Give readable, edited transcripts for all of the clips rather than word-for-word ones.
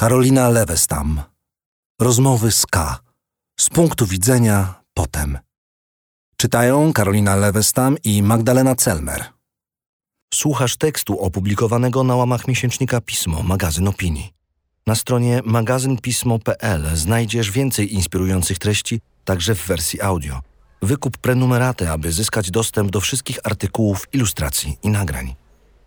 Karolina Lewestam. Rozmowy z K. Z punktu widzenia potem. Czytają Karolina Lewestam i Magdalena Celmer. Słuchasz tekstu opublikowanego na łamach miesięcznika Pismo, magazyn opinii. Na stronie magazynpismo.pl znajdziesz więcej inspirujących treści, także w wersji audio. Wykup prenumeraty, aby zyskać dostęp do wszystkich artykułów, ilustracji i nagrań.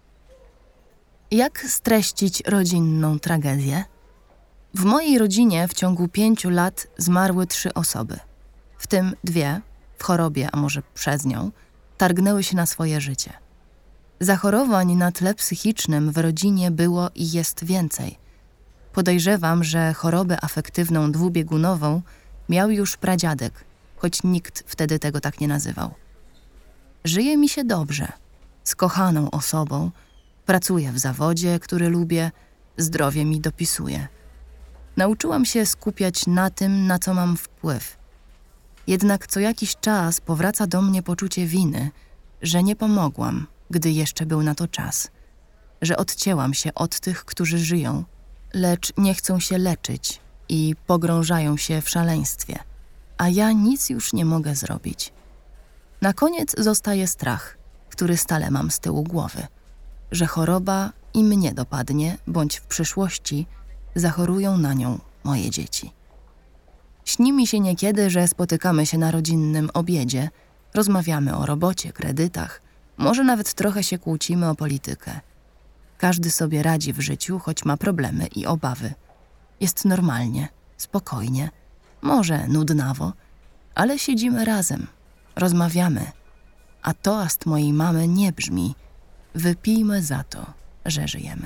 Jak streścić rodzinną tragedię? W mojej rodzinie w ciągu 5 lat zmarły 3 osoby. W tym 2, w chorobie, a może przez nią, targnęły się na swoje życie. Zachorowań na tle psychicznym w rodzinie było i jest więcej. Podejrzewam, że chorobę afektywną dwubiegunową miał już pradziadek, choć nikt wtedy tego tak nie nazywał. Żyje mi się dobrze, z kochaną osobą, pracuję w zawodzie, który lubię, zdrowie mi dopisuje. Nauczyłam się skupiać na tym, na co mam wpływ. Jednak co jakiś czas powraca do mnie poczucie winy, że nie pomogłam, gdy jeszcze był na to czas. Że odcięłam się od tych, którzy żyją, lecz nie chcą się leczyć i pogrążają się w szaleństwie, a ja nic już nie mogę zrobić. Na koniec zostaje strach, który stale mam z tyłu głowy, że choroba i mnie dopadnie, bądź w przyszłości zachorują na nią moje dzieci. Śni mi się niekiedy, że spotykamy się na rodzinnym obiedzie, rozmawiamy o robocie, kredytach, może nawet trochę się kłócimy o politykę. Każdy sobie radzi w życiu, choć ma problemy i obawy. Jest normalnie, spokojnie, może nudnawo, ale siedzimy razem, rozmawiamy, a toast mojej mamy nie brzmi: wypijmy za to, że żyjemy.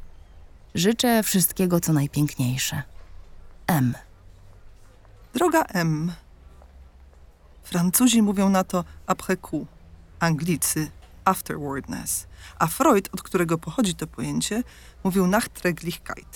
Życzę wszystkiego, co najpiękniejsze. M. Droga M. Francuzi mówią na to après coup, Anglicy afterwardness, a Freud, od którego pochodzi to pojęcie, mówił Nachträglichkeit.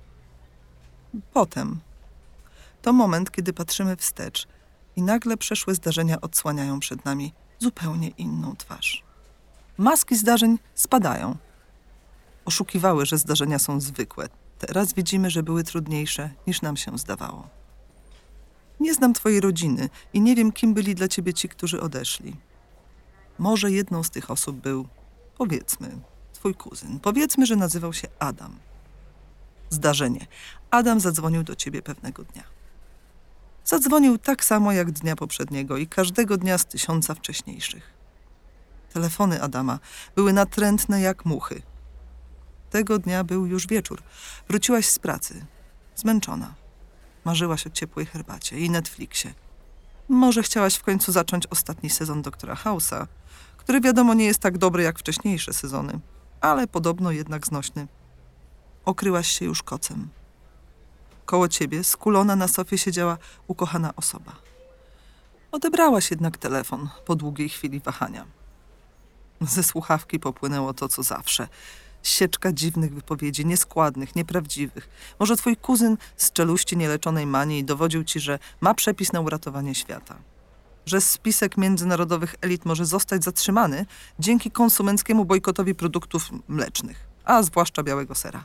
Potem. To moment, kiedy patrzymy wstecz i nagle przeszłe zdarzenia odsłaniają przed nami zupełnie inną twarz. Maski zdarzeń spadają. Oszukiwały, że zdarzenia są zwykłe. Teraz widzimy, że były trudniejsze, niż nam się zdawało. Nie znam twojej rodziny i nie wiem, kim byli dla ciebie ci, którzy odeszli. Może jedną z tych osób był, powiedzmy, twój kuzyn. Powiedzmy, że nazywał się Adam. Zdarzenie. Adam zadzwonił do ciebie pewnego dnia. Zadzwonił tak samo jak dnia poprzedniego i każdego dnia z 1000 wcześniejszych. Telefony Adama były natrętne jak muchy. Tego dnia był już wieczór. Wróciłaś z pracy. Zmęczona. Marzyłaś o ciepłej herbacie i Netflixie. Może chciałaś w końcu zacząć ostatni sezon Doktora House'a, który wiadomo nie jest tak dobry jak wcześniejsze sezony, ale podobno jednak znośny. Okryłaś się już kocem. Koło ciebie, skulona na sofie, siedziała ukochana osoba. Odebrałaś jednak telefon po długiej chwili wahania. Ze słuchawki popłynęło to, co zawsze. Sieczka dziwnych wypowiedzi, nieskładnych, nieprawdziwych. Może twój kuzyn z czeluści nieleczonej manii dowodził ci, że ma przepis na uratowanie świata. Że spisek międzynarodowych elit może zostać zatrzymany dzięki konsumenckiemu bojkotowi produktów mlecznych, a zwłaszcza białego sera.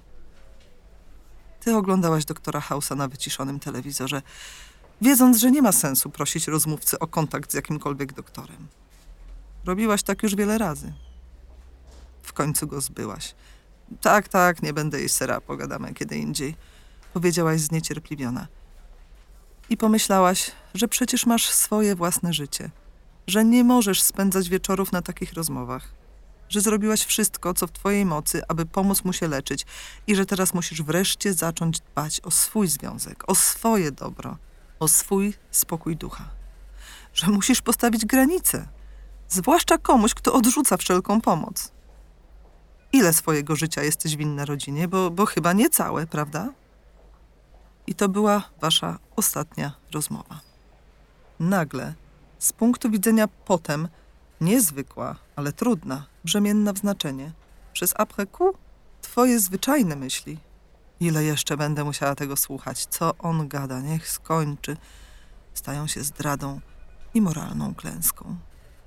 Ty oglądałaś Doktora House'a na wyciszonym telewizorze, wiedząc, że nie ma sensu prosić rozmówcy o kontakt z jakimkolwiek doktorem. Robiłaś tak już wiele razy. W końcu go zbyłaś. Tak, nie będę jeść sera, pogadamy kiedy indziej, powiedziałaś zniecierpliwiona. I pomyślałaś, że przecież masz swoje własne życie, że nie możesz spędzać wieczorów na takich rozmowach, że zrobiłaś wszystko, co w twojej mocy, aby pomóc mu się leczyć i że teraz musisz wreszcie zacząć dbać o swój związek, o swoje dobro, o swój spokój ducha. Że musisz postawić granice, zwłaszcza komuś, kto odrzuca wszelką pomoc. Ile swojego życia jesteś winna rodzinie, bo chyba nie całe, prawda? I to była wasza ostatnia rozmowa. Nagle, z punktu widzenia potem, niezwykła, ale trudna, brzemienna w znaczenie. Przez après coup twoje zwyczajne myśli. Ile jeszcze będę musiała tego słuchać? Co on gada? Niech skończy. Stają się zdradą i moralną klęską.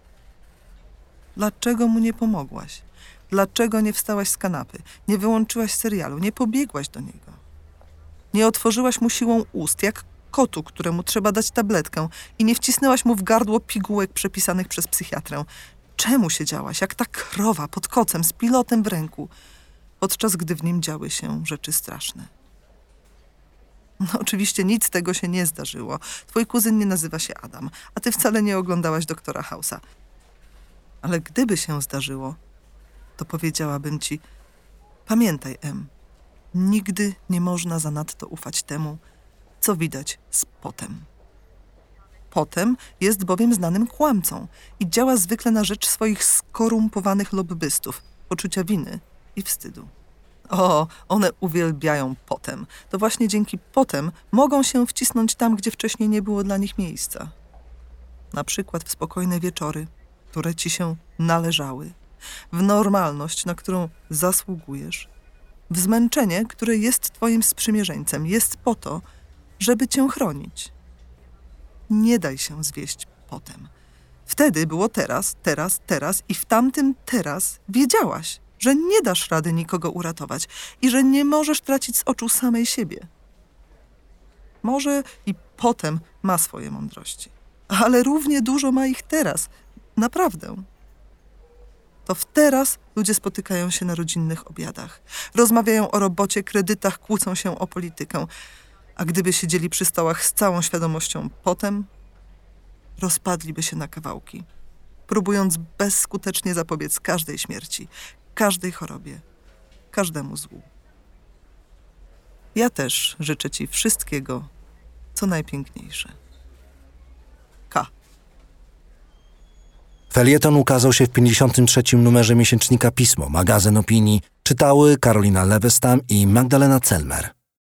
Dlaczego mu nie pomogłaś? Dlaczego nie wstałaś z kanapy? Nie wyłączyłaś serialu? Nie pobiegłaś do niego? Nie otworzyłaś mu siłą ust, jak kotu, któremu trzeba dać tabletkę, i nie wcisnęłaś mu w gardło pigułek przepisanych przez psychiatrę. Czemu siedziałaś, jak ta krowa pod kocem z pilotem w ręku, podczas gdy w nim działy się rzeczy straszne? No, oczywiście nic z tego się nie zdarzyło. Twój kuzyn nie nazywa się Adam, a ty wcale nie oglądałaś doktora House'a. Ale gdyby się zdarzyło, to powiedziałabym ci: pamiętaj, Em, nigdy nie można zanadto ufać temu, co widać z potem. Potem jest bowiem znanym kłamcą i działa zwykle na rzecz swoich skorumpowanych lobbystów, poczucia winy i wstydu. O, one uwielbiają potem. To właśnie dzięki potem mogą się wcisnąć tam, gdzie wcześniej nie było dla nich miejsca. Na przykład w spokojne wieczory, które ci się należały, w normalność, na którą zasługujesz, w zmęczenie, które jest twoim sprzymierzeńcem, jest po to, żeby cię chronić. Nie daj się zwieść potem. Wtedy było teraz, teraz, teraz i w tamtym teraz wiedziałaś, że nie dasz rady nikogo uratować i że nie możesz tracić z oczu samej siebie. Może i potem ma swoje mądrości, ale równie dużo ma ich teraz. Naprawdę. To w teraz ludzie spotykają się na rodzinnych obiadach. Rozmawiają o robocie, kredytach, kłócą się o politykę. A gdyby siedzieli przy stołach z całą świadomością potem, rozpadliby się na kawałki, próbując bezskutecznie zapobiec każdej śmierci, każdej chorobie, każdemu złu. Ja też życzę ci wszystkiego, co najpiękniejsze. K. Felieton ukazał się w 53. numerze miesięcznika Pismo, magazyn opinii. Czytały Karolina Lewestam i Magdalena Celmer.